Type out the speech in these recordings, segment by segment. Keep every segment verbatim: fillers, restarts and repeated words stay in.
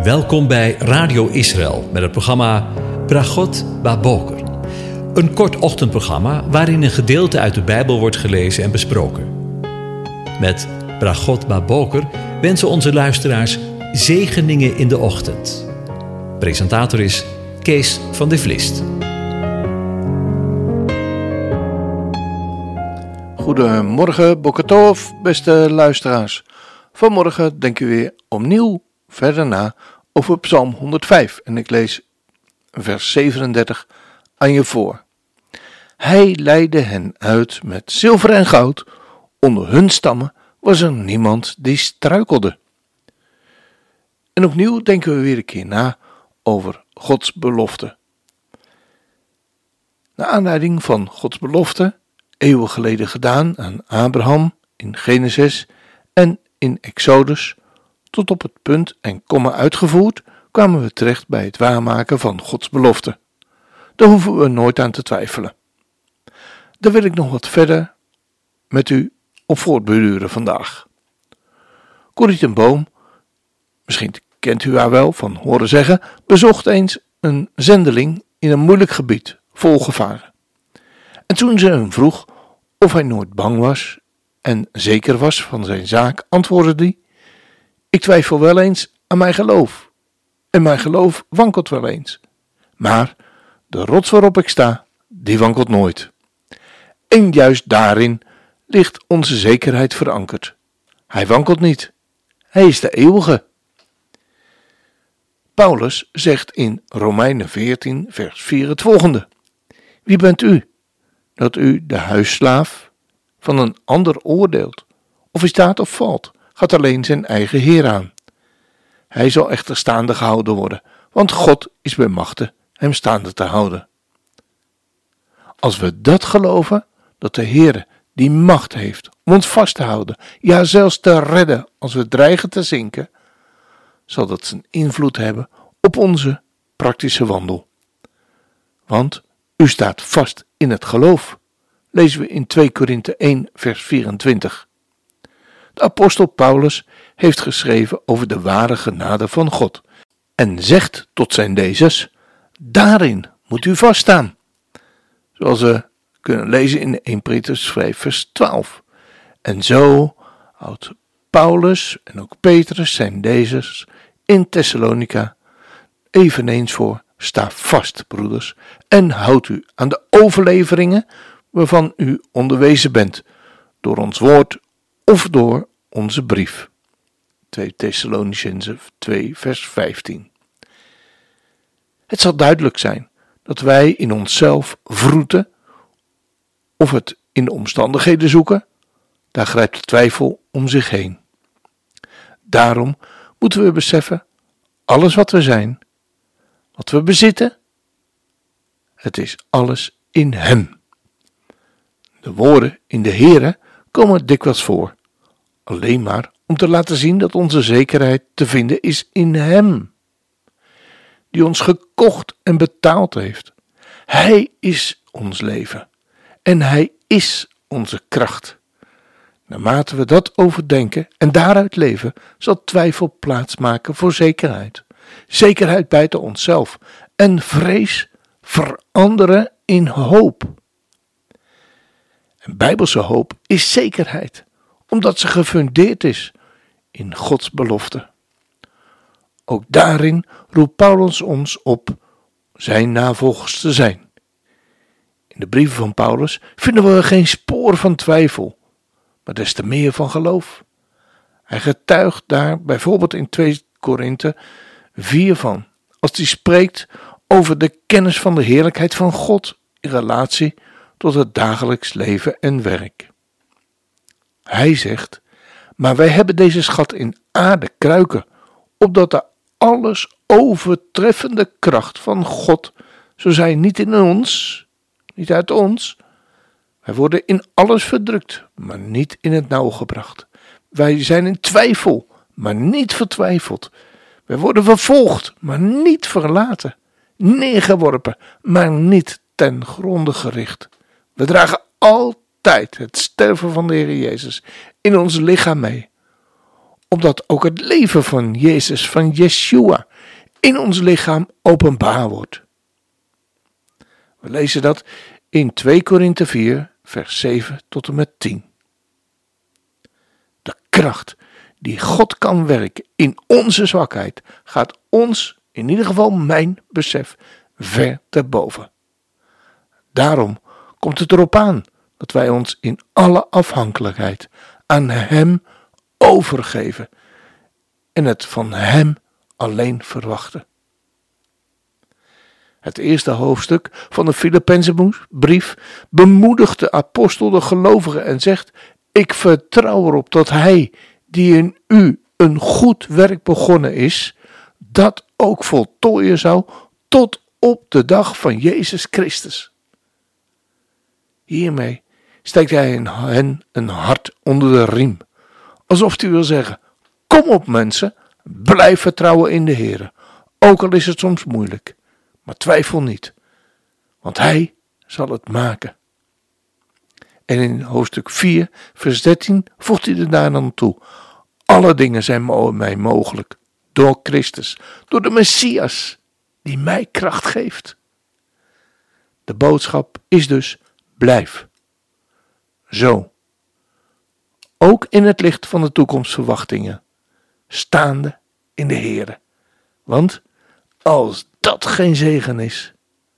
Welkom bij Radio Israël met het programma Bragot Baboker. Een kort ochtendprogramma waarin een gedeelte uit de Bijbel wordt gelezen en besproken. Met Bragot Baboker wensen onze luisteraars zegeningen in de ochtend. Presentator is Kees van de Vlist. Goedemorgen, Boker Tov, beste luisteraars. Vanmorgen denken we weer opnieuw verder na over Psalm honderdvijf en ik lees vers zevenendertig aan je voor. Hij leidde hen uit met zilver en goud, onder hun stammen was er niemand die struikelde. En opnieuw denken we weer een keer na over Gods belofte. Naar aanleiding van Gods belofte, eeuwen geleden gedaan aan Abraham in Genesis en in Exodus, tot op het punt en komma uitgevoerd, kwamen we terecht bij het waarmaken van Gods belofte. Daar hoeven we nooit aan te twijfelen. Daar wil ik nog wat verder met u op voortborduren vandaag. Corrie ten Boom, misschien kent u haar wel van horen zeggen, bezocht eens een zendeling in een moeilijk gebied, vol gevaren. En toen ze hem vroeg of hij nooit bang was en zeker was van zijn zaak, antwoordde hij: ik twijfel wel eens aan mijn geloof, en mijn geloof wankelt wel eens, maar de rots waarop ik sta, die wankelt nooit. En juist daarin ligt onze zekerheid verankerd. Hij wankelt niet, hij is de eeuwige. Paulus zegt in Romeinen veertien vers vier het volgende: wie bent u, dat u de huisslaaf van een ander oordeelt? Of hij staat of valt, gaat alleen zijn eigen Heer aan. Hij zal echter staande gehouden worden, want God is bij machte hem staande te houden. Als we dat geloven, dat de Heer die macht heeft om ons vast te houden, ja zelfs te redden als we dreigen te zinken, zal dat zijn invloed hebben op onze praktische wandel. Want u staat vast in het geloof, lezen we in twee Korinthe één vers vierentwintig. De apostel Paulus heeft geschreven over de ware genade van God en zegt tot zijn lezers: daarin moet u vaststaan. Zoals we kunnen lezen in Eerste Petrus vijf vers twaalf. En zo houdt Paulus en ook Petrus zijn lezers in Thessalonica eveneens voor: sta vast, broeders, en houd u aan de overleveringen waarvan u onderwezen bent, door ons woord of door onze brief. twee Thessalonicenzen twee vers vijftien. Het zal duidelijk zijn dat wij in onszelf wroeten of het in de omstandigheden zoeken, daar grijpt de twijfel om zich heen. Daarom moeten we beseffen, alles wat we zijn, wat we bezitten, het is alles in Hem. De woorden in de Heere komen dikwijls voor, alleen maar om te laten zien dat onze zekerheid te vinden is in Hem, die ons gekocht en betaald heeft. Hij is ons leven en Hij is onze kracht. Naarmate we dat overdenken en daaruit leven, zal twijfel plaatsmaken voor zekerheid. Zekerheid buiten onszelf en vrees veranderen in hoop. En bijbelse hoop is zekerheid, omdat ze gefundeerd is in Gods belofte. Ook daarin roept Paulus ons op zijn navolgers te zijn. In de brieven van Paulus vinden we geen spoor van twijfel, maar des te meer van geloof. Hij getuigt daar bijvoorbeeld in twee Korinthe vier van, als hij spreekt over de kennis van de heerlijkheid van God in relatie tot het dagelijks leven en werk. Hij zegt: maar wij hebben deze schat in aarde kruiken, opdat de alles overtreffende kracht van God, zo zij niet in ons, niet uit ons. Wij worden in alles verdrukt, maar niet in het nauw gebracht. Wij zijn in twijfel, maar niet vertwijfeld. Wij worden vervolgd, maar niet verlaten. Neergeworpen, maar niet ten gronde gericht. We dragen altijd het sterven van de Heer Jezus in ons lichaam mee, opdat ook het leven van Jezus, van Yeshua, in ons lichaam openbaar wordt. We lezen dat in twee Korinthe vier, vers zeven tot en met tien. De kracht die God kan werken in onze zwakheid gaat ons, in ieder geval mijn besef, ver te boven. Daarom komt het erop aan dat wij ons in alle afhankelijkheid aan Hem overgeven en het van Hem alleen verwachten. Het eerste hoofdstuk van de Filippenzenbrief bemoedigt de apostel de gelovigen en zegt: ik vertrouw erop dat Hij, die in u een goed werk begonnen is, dat ook voltooien zou tot op de dag van Jezus Christus. Hiermee steekt hij hen een hart onder de riem, alsof hij wil zeggen: kom op mensen, blijf vertrouwen in de Heer, ook al is het soms moeilijk, maar twijfel niet, want Hij zal het maken. En in hoofdstuk vier, vers dertien voegt hij er daar dan toe: alle dingen zijn mij mogelijk door Christus, door de Messias, die mij kracht geeft. De boodschap is dus: blijf. Zo. Ook in het licht van de toekomstverwachtingen, staande in de Heere. Want als dat geen zegen is.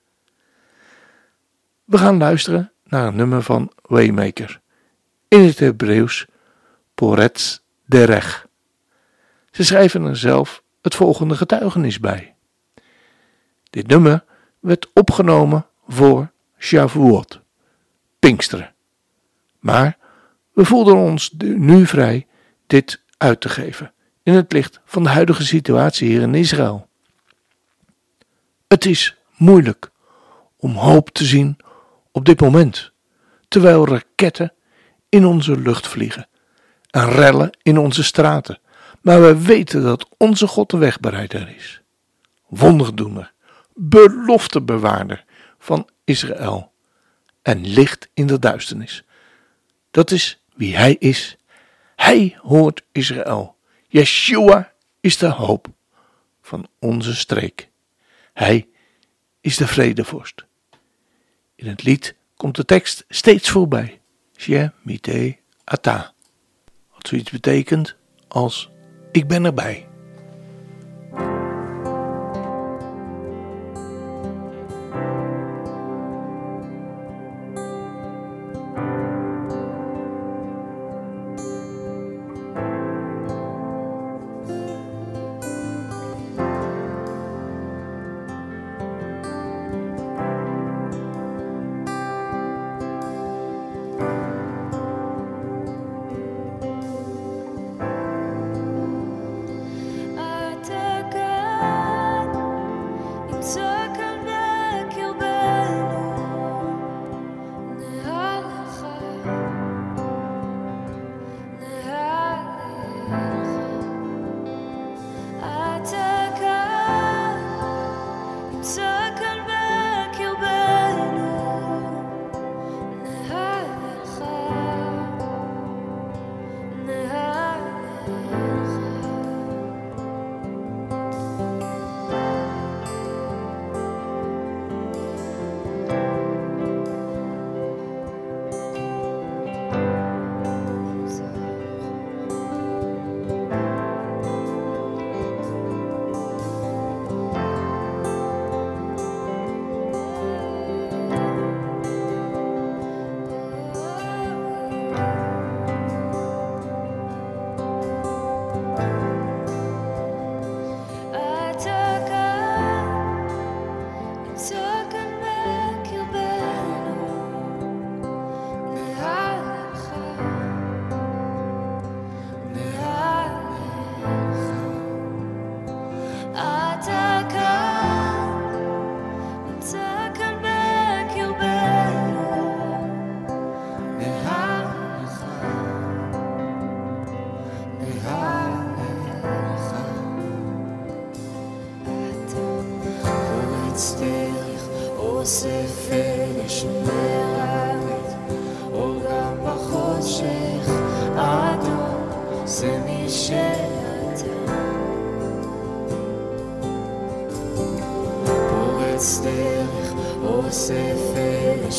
We gaan luisteren naar een nummer van Waymaker. In het Hebreeuws Poretz Derech. Ze schrijven er zelf het volgende getuigenis bij. Dit nummer werd opgenomen voor Shavuot, Pinksteren. Maar we voelden ons nu vrij dit uit te geven in het licht van de huidige situatie hier in Israël. Het is moeilijk om hoop te zien op dit moment, terwijl raketten in onze lucht vliegen en rellen in onze straten. Maar we weten dat onze God de wegbereider is, wonderdoener, beloftebewaarder van Israël en licht in de duisternis. Dat is wie Hij is. Hij hoort Israël. Yeshua is de hoop van onze streek. Hij is de vredevorst. In het lied komt de tekst steeds voorbij. She mite ata. Wat zoiets betekent als: ik ben erbij.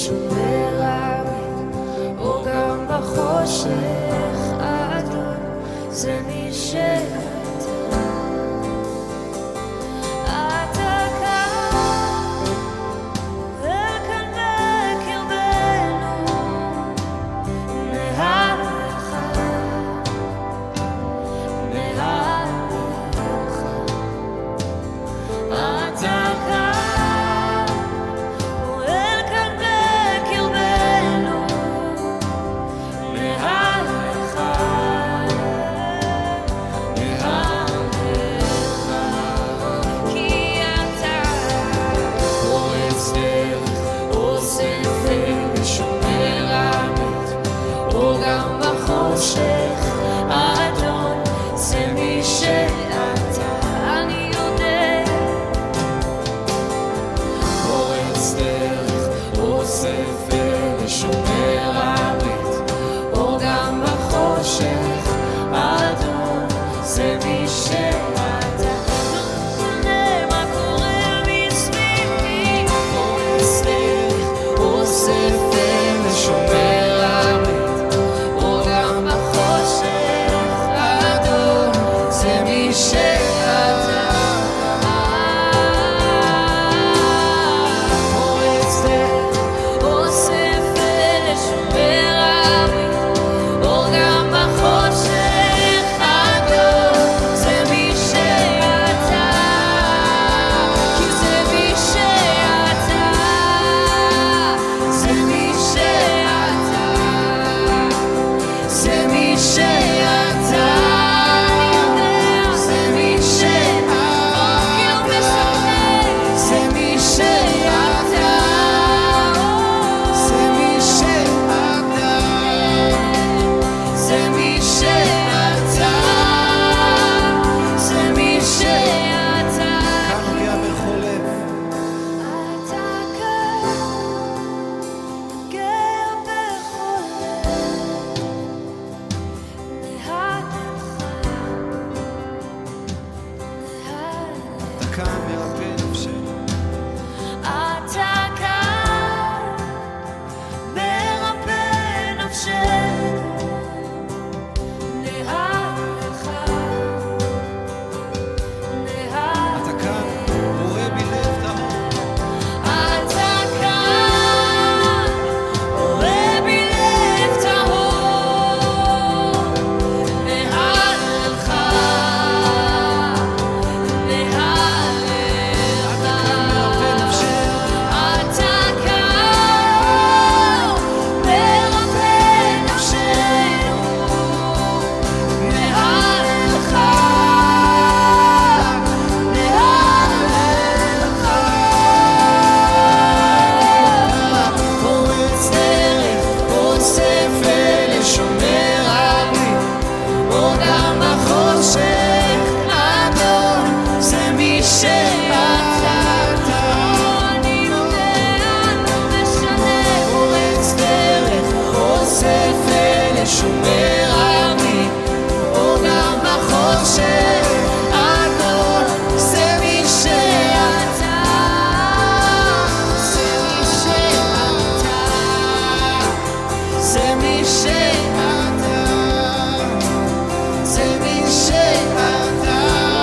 ושומר הארץ, אור גם בחושך, אדון זה מי שאתה. אתה כאן, פועל כאן בקרבנו, נהלך, נהלך. אתה כאן, פועל כאן בקרבנו, נהלך, נהלך. כי אתה פורץ דרך, אוסף ושומר הארץ, אור גם בחושך, אדון זה מי שאתה. אני יודע, פורץ דרך, אוסף ושומר הארץ, אור גם בחושך, אדון זה מי שאתה. לא משנה מה קורה מסביבי, פורץ דרך, אוסף ושומר הארץ, אור גם בחושך, אדון זה מי שאתה. פורץ דרך, אוסף ושומר הארץ, אור גם בחושך, אדון זה מי שאתה. כי זה מי שאתה, זה מי שאתה, זה מי שאתה. אני יודע, זה מי שאתה. כי הוא משנה, זה מי שאתה, זה מי שאתה, זה מי שאתה, זה מי שאתה. כך נוגע בכל לב. אתה כאן, גאה בכל לב, נהלך, נהלך. אתה כאן מרפא נפשנו. אתה כאן, מרפא נפשנו, נהלך, נהלך. אתה כאן בורא בלב טהור. אתה כאן, רואה בי לב טהור, נהלך, נהלך. מרפא נפשנו. אתה כאן, מרפא נפשנו, נהלך, נהלך. פורץ דרך, אוסף ושומר הברית, אור גם בחושך, אדון זה מי שאתה. אני יודע, לא משנה. פורץ דרך, אוסף ושומר הברית, אור גם בחושך, אדון זה מי שאתה, זה מי שאתה, זה מי שאתה, זה מי שאתה,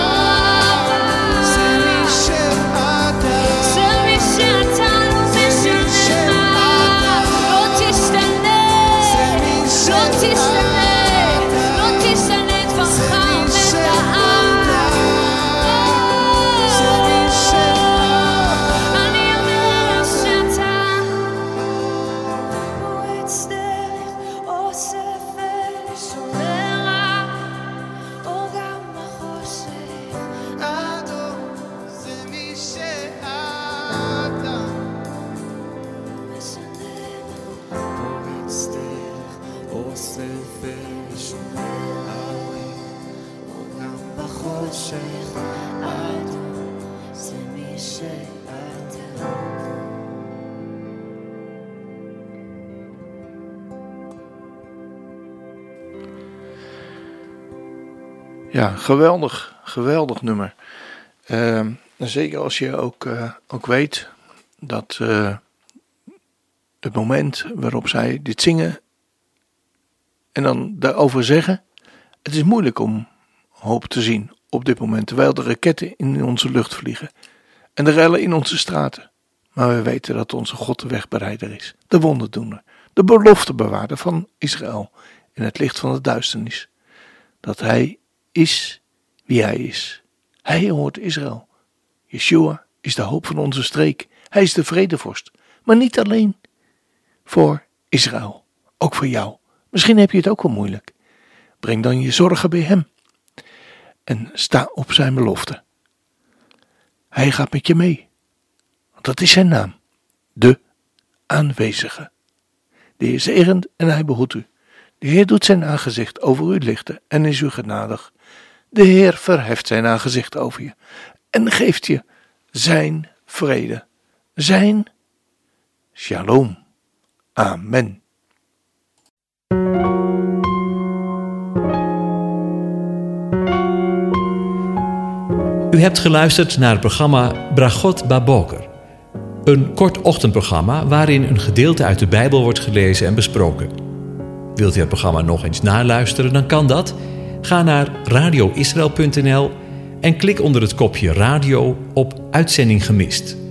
זה מי שאתה. זה מי שאתה. לא משנה מה, לא תשתנה, זה מי לא שאתה. תשתנה, לא תשתנה דברך זה מי עומד שאתה. לעד. זה מי שאתה. אני יודע שאתה פורץ דרך, אוסף ושומר הארץ, אור גם בחושך, אדון זה מי שאתה. משנה. פורץ דרך, אוסף ושומר הרים, אור גם בחושך, אדון זה מי שאתה. Ja, geweldig, geweldig nummer. Uh, zeker als je ook, uh, ook weet dat uh, het moment waarop zij dit zingen en dan daarover zeggen. Het is moeilijk om hoop te zien op dit moment, terwijl de raketten in onze lucht vliegen en de rellen in onze straten. Maar we weten dat onze God de wegbereider is, de wonderdoener, de beloftebewaarder van Israël in het licht van de duisternis. Dat hij is wie hij is. Hij hoort Israël. Yeshua is de hoop van onze streek. Hij is de vredevorst. Maar niet alleen voor Israël, ook voor jou. Misschien heb je het ook wel moeilijk. Breng dan je zorgen bij hem. En sta op zijn belofte. Hij gaat met je mee. Want dat is zijn naam. De aanwezige. De Heer zegent en hij behoedt u. De Heer doet zijn aangezicht over u lichten en is u genadig. De Heer verheft zijn aangezicht over je en geeft je zijn vrede. Zijn shalom. Amen. U hebt geluisterd naar het programma Bragot Baboker. Een kort ochtendprogramma waarin een gedeelte uit de Bijbel wordt gelezen en besproken. Wilt u het programma nog eens naluisteren, dan kan dat. Ga naar radio israël punt n l en klik onder het kopje radio op Uitzending gemist.